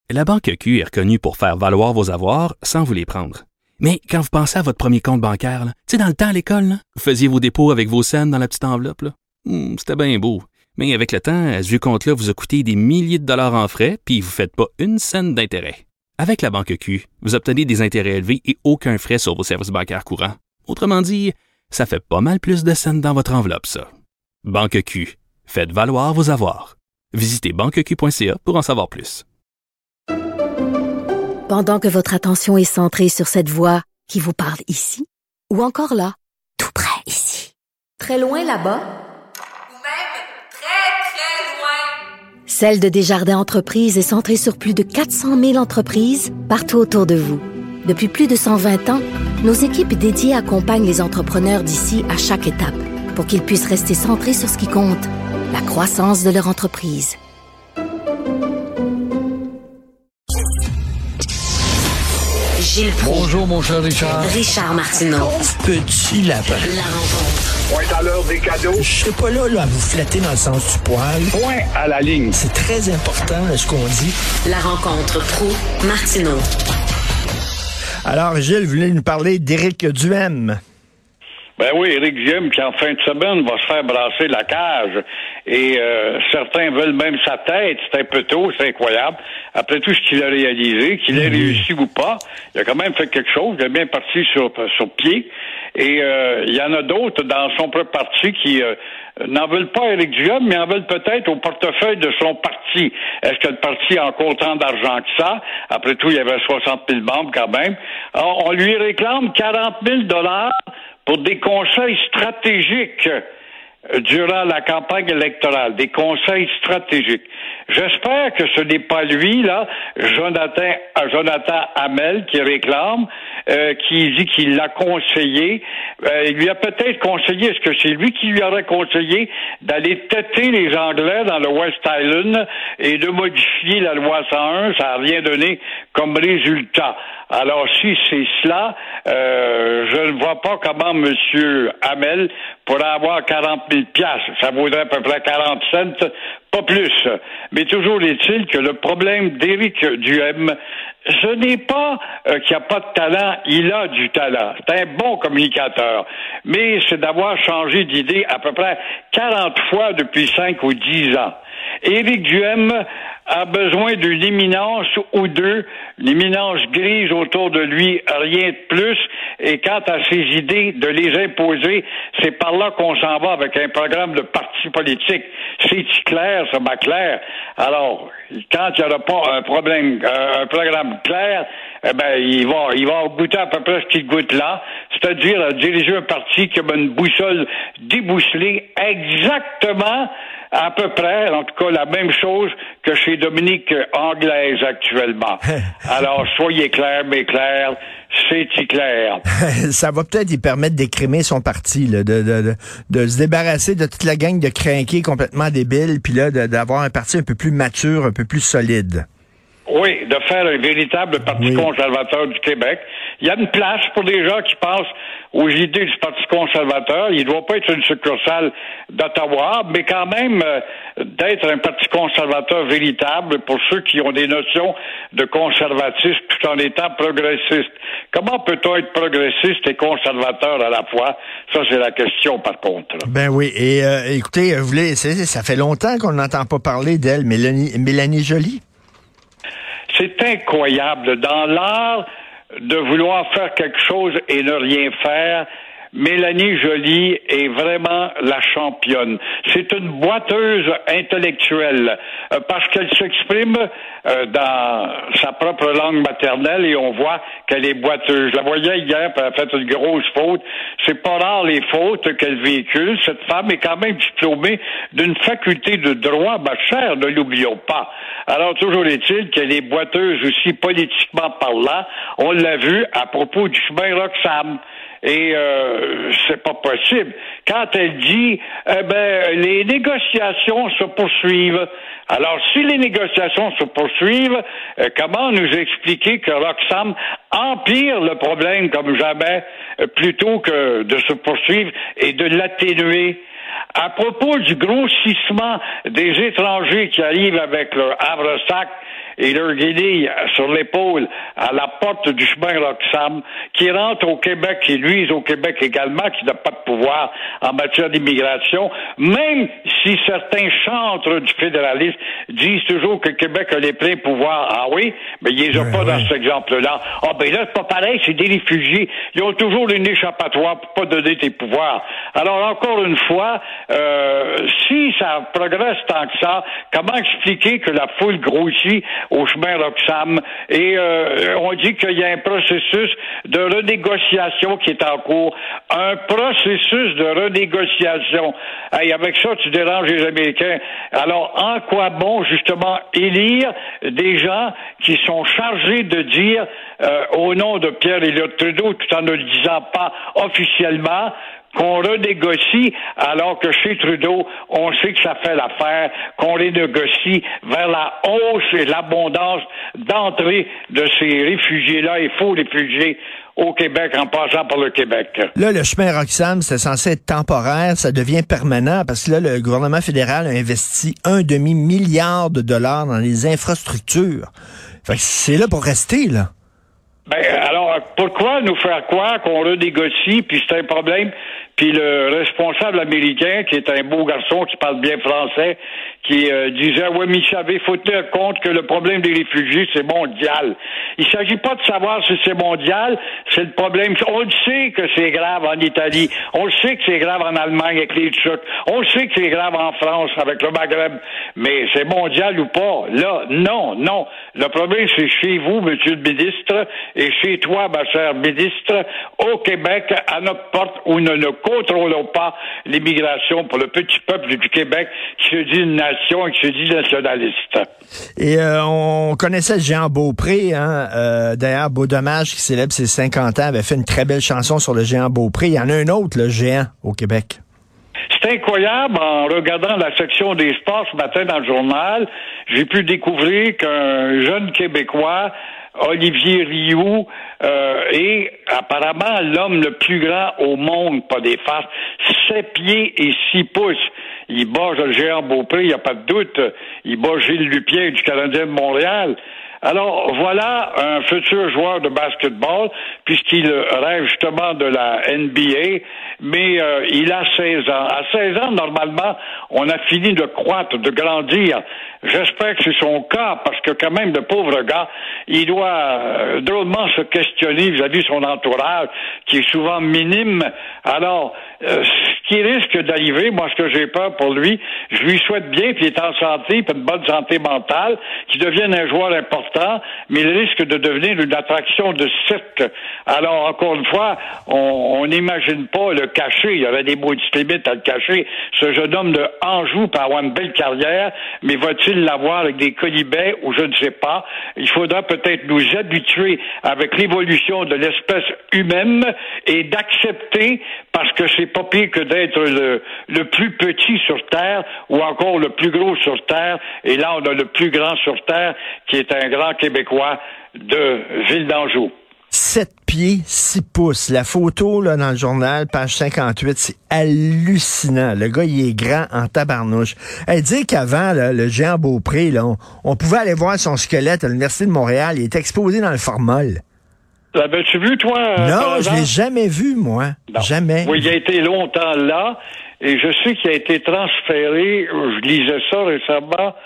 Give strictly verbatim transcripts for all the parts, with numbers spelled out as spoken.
La Banque Q est reconnue pour faire valoir vos avoirs sans vous les prendre. Mais quand vous pensez à votre premier compte bancaire, tu sais, dans le temps à l'école, là, vous faisiez vos dépôts avec vos scènes dans la petite enveloppe. Là. Hum, c'était bien beau. Mais avec le temps, à ce vieux compte-là vous a coûté des milliers de dollars en frais, puis vous ne faites pas une scène d'intérêt. Avec la Banque Q, vous obtenez des intérêts élevés et aucun frais sur vos services bancaires courants. Autrement dit, ça fait pas mal plus de scènes dans votre enveloppe, ça. Banque Q. Faites valoir vos avoirs. Visitez banque q point c a pour en savoir plus. Pendant que votre attention est centrée sur cette voix qui vous parle ici, ou encore là, tout près ici, très loin là-bas, ou même très, très loin, Celle de Desjardins Entreprises est centrée sur plus de quatre cent mille entreprises partout autour de vous. Depuis plus de cent vingt ans, nos équipes dédiées accompagnent les entrepreneurs d'ici à chaque étape pour qu'ils puissent rester centrés sur ce qui compte, la croissance de leur entreprise. Gilles Proulx. Bonjour, mon cher Richard. Richard Martineau. Petit lapin. La rencontre. Point à l'heure des cadeaux. Je serai pas là, là à vous flatter dans le sens du poil. Point à la ligne. C'est très important, ce qu'on dit. La rencontre Proulx-Martineau. Alors, Gilles, vous voulez nous parler d'Éric Duhem? Ben oui, Éric Duhem, qui en fin de semaine va se faire brasser la cage. Et euh, certains veulent même sa tête. C'est un peu tôt, c'est incroyable. Après tout ce qu'il a réalisé, qu'il ait réussi ou pas, il a quand même fait quelque chose. Il est bien parti sur, sur pied. Et euh, il y en a d'autres dans son propre parti qui euh, n'en veulent pas à Éric Duhem, mais en veulent peut-être au portefeuille de son parti. Est-ce que le parti a encore autant d'argent que ça? Après tout, il y avait soixante mille membres quand même. On, on lui réclame quarante mille dollars pour des conseils stratégiques durant la campagne électorale, des conseils stratégiques. J'espère que ce n'est pas lui, là, Jonathan, Jonathan Hamel, qui réclame, euh, qui dit qu'il l'a conseillé. Euh, il lui a peut-être conseillé, est-ce que c'est lui qui lui aurait conseillé d'aller têter les Anglais dans le West Island et de modifier la loi cent un? Ça n'a rien donné comme résultat. Alors, si c'est cela, euh, je ne vois pas comment M. Hamel pourrait avoir quarante mille piastres. Ça vaudrait à peu près quarante cents, pas plus. Mais toujours est-il que le problème d'Éric Duhem, ce n'est pas euh, qu'il n'y a pas de talent, il a du talent. C'est un bon communicateur. Mais c'est d'avoir changé d'idée à peu près quarante fois depuis cinq ou dix ans. Éric Duhem a besoin d'une éminence ou deux, une éminence grise autour de lui, rien de plus. Et quant à ses idées, de les imposer, c'est par là qu'on s'en va avec un programme de parti politique. C'est-tu clair, ça m'a clair? Alors, quand il n'y aura pas un problème, un programme clair, eh ben, il va, il va goûter à peu près ce qu'il goûte là, c'est-à-dire à diriger un parti qui a une boussole débousselée exactement, à peu près, en tout cas, la même chose que chez Dominique Anglaise actuellement. Alors, soyez clair, mais clair, c'est clair. Ça va peut-être lui permettre d'écrémer son parti, là, de, de, de, de se débarrasser de toute la gang de crinqués complètement débiles, puis là, de, d'avoir un parti un peu plus mature, un peu plus solide. Oui, de faire un véritable parti oui. conservateur du Québec. Il y a une place pour des gens qui pensent aux idées du Parti conservateur. Il ne doit pas être une succursale d'Ottawa, mais quand même euh, d'être un Parti conservateur véritable pour ceux qui ont des notions de conservatisme tout en étant progressiste. Comment peut-on être progressiste et conservateur à la fois? Ça, c'est la question, par contre. Ben oui, et euh, écoutez, vous voulez, ça fait longtemps qu'on n'entend pas parler d'elle, Mélanie, Mélanie Joly. C'est incroyable. Dans l'art de vouloir faire quelque chose et ne rien faire, Mélanie Joly est vraiment la championne. C'est une boiteuse intellectuelle euh, parce qu'elle s'exprime euh, dans sa propre langue maternelle et on voit qu'elle est boiteuse. Je la voyais hier, puis elle a fait une grosse faute. C'est pas rare les fautes qu'elle véhicule. Cette femme est quand même diplômée d'une faculté de droit, ma chère, ne l'oublions pas. Alors, toujours est-il qu'elle est boiteuse aussi politiquement parlant. On l'a vu à propos du chemin Roxham. Et euh, c'est pas possible. Quand elle dit, eh ben, les négociations se poursuivent. Alors, si les négociations se poursuivent, euh, comment nous expliquer que Roxham empire le problème comme jamais, euh, plutôt que de se poursuivre et de l'atténuer? À propos du grossissement des étrangers qui arrivent avec leur havresac et leur guenille sur l'épaule à la porte du chemin Roxham, qui rentre au Québec, qui nuisent au Québec également, qui n'a pas de pouvoir en matière d'immigration, même si certains chantres du fédéralisme disent toujours que le Québec a les pleins pouvoirs. Ah oui? Mais ils les ont ouais, pas ouais. dans cet exemple-là. Ah ben là, c'est pas pareil, c'est des réfugiés. Ils ont toujours une échappatoire pour pas donner tes pouvoirs. Alors, encore une fois, euh, si ça progresse tant que ça, comment expliquer que la foule grossit au chemin Roxham et euh, on dit qu'il y a un processus de renégociation qui est en cours. Un processus de renégociation. Hey, avec ça, tu déranges les Américains. Alors, en quoi bon, justement, élire des gens qui sont chargés de dire, euh, au nom de Pierre Elliott Trudeau, tout en ne le disant pas officiellement, qu'on renégocie, alors que chez Trudeau, on sait que ça fait l'affaire, qu'on renégocie vers la hausse et l'abondance d'entrée de ces réfugiés-là, et faux réfugiés, au Québec, en passant par le Québec. Là, le chemin Roxham, c'est censé être temporaire, ça devient permanent, parce que là, le gouvernement fédéral a investi un demi-milliard de dollars dans les infrastructures. Fait que c'est là pour rester, là. Ben, alors, pourquoi nous faire croire qu'on renégocie, puis c'est un problème, puis le responsable américain, qui est un beau garçon, qui parle bien français, qui euh, disait, oui, mais vous savez, faut tenir compte que le problème des réfugiés, c'est mondial. Il s'agit pas de savoir si c'est mondial, c'est le problème. On le sait que c'est grave en Italie, on le sait que c'est grave en Allemagne avec les Turcs, on le sait que c'est grave en France avec le Maghreb, mais c'est mondial ou pas? Là, non, non. Le problème, c'est chez vous, monsieur le ministre, et chez toi, ma chère ministre, au Québec, à notre porte, où nous ne contrôlons pas l'immigration pour le petit peuple du Québec qui se dit une nation et qui se dit nationaliste. Et euh, on connaissait Jean Beaupré, hein, euh, d'ailleurs, Beau Dommage, qui célèbre ses cinquante ans, avait fait une très belle chanson sur le géant Beaupré. Il y en a un autre, le géant, au Québec. C'est incroyable, en regardant la section des sports ce matin dans le journal, j'ai pu découvrir qu'un jeune Québécois, Olivier Rioux, euh, est apparemment l'homme le plus grand au monde, pas des farces, sept pieds et six pouces. Il bat le géant Beaupré, il n'y a pas de doute. Il bat Gilles Lupien du Canadien de Montréal. Alors, voilà un futur joueur de basketball, puisqu'il rêve justement de la N B A, mais euh, il a seize ans. À seize ans, normalement, on a fini de croître, de grandir. J'espère que c'est son cas, parce que quand même, le pauvre gars, il doit euh, drôlement se questionner vis-à-vis de son entourage, qui est souvent minime. Alors, euh, ce qui risque d'arriver, moi, ce que j'ai peur pour lui, je lui souhaite bien, puis il est en santé, puis une bonne santé mentale, qu'il devienne un joueur important, mais il risque de devenir une attraction de cirque. Alors, encore une fois, on n'imagine pas le cacher. Il y avait des maudites limites à le cacher. Ce jeune homme de Anjou peut avoir une belle carrière, mais va-t-il l'avoir avec des colibets ou je ne sais pas? Il faudra peut-être nous habituer avec l'évolution de l'espèce humaine et d'accepter, parce que c'est pas pire que d'être le, le plus petit sur Terre ou encore le plus gros sur Terre. Et là, on a le plus grand sur Terre, qui est un grand Québécois de Ville d'Anjou. sept pieds, six pouces. La photo, là, dans le journal, page cinquante-huit, c'est hallucinant. Le gars, il est grand en tabarnouche. Hey, dire qu'avant, là, le géant Beaupré, là, on, on pouvait aller voir son squelette à l'Université de Montréal. Il est exposé dans le Formol. L'avais-tu vu, toi? Non, je l'ai jamais vu, moi. Non. Jamais. Oui, il a été longtemps là, et je sais qu'il a été transféré, je lisais ça récemment,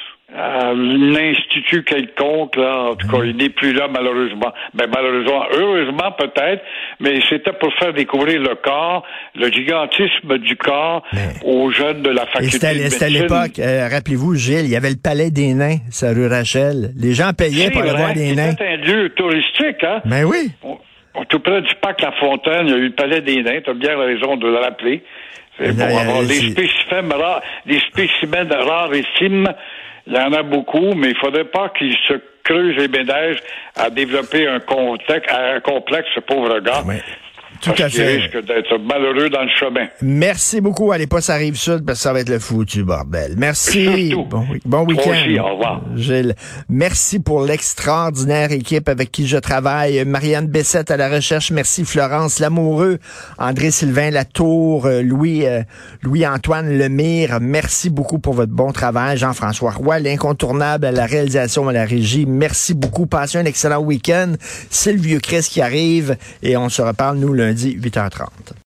à un institut quelconque, là, en tout cas, il n'est plus là, malheureusement. Ben, malheureusement, heureusement, peut-être, mais c'était pour faire découvrir le corps, le gigantisme du corps mais... aux jeunes de la faculté de médecine. C'était à l'époque, euh, rappelez-vous, Gilles, il y avait le Palais des Nains, ça rue Rachel. Les gens payaient c'est pour aller vrai, voir des nains. C'était un lieu touristique, hein? Ben oui. On, on, tout près du parc La Fontaine, il y a eu le Palais des Nains, tu as bien raison de le rappeler. C'est pour avoir des spécimens rares, des spécimens rarissimes. Il y en a beaucoup, mais il faudrait pas qu'il se creuse les ménages à développer un complexe, un complexe, ce pauvre gars. Ouais. Tout parce à qu'il fait. risque d'être malheureux dans le chemin. Merci beaucoup. Allez pas ça rive sud parce que ça va être le foutu bordel. Merci. Surtout. Bon, bon Toi week-end. aussi, au revoir. Gilles. Merci pour l'extraordinaire équipe avec qui je travaille. Marianne Bessette à la recherche. Merci Florence Lamoureux, André-Sylvain Latour, euh, Louis, euh, Louis-Antoine Lemire. Merci beaucoup pour votre bon travail. Jean-François Roy, l'incontournable à la réalisation, à la régie. Merci beaucoup. Passez un excellent week-end. C'est le vieux Chris qui arrive et on se reparle, nous, lundi, huit heures trente.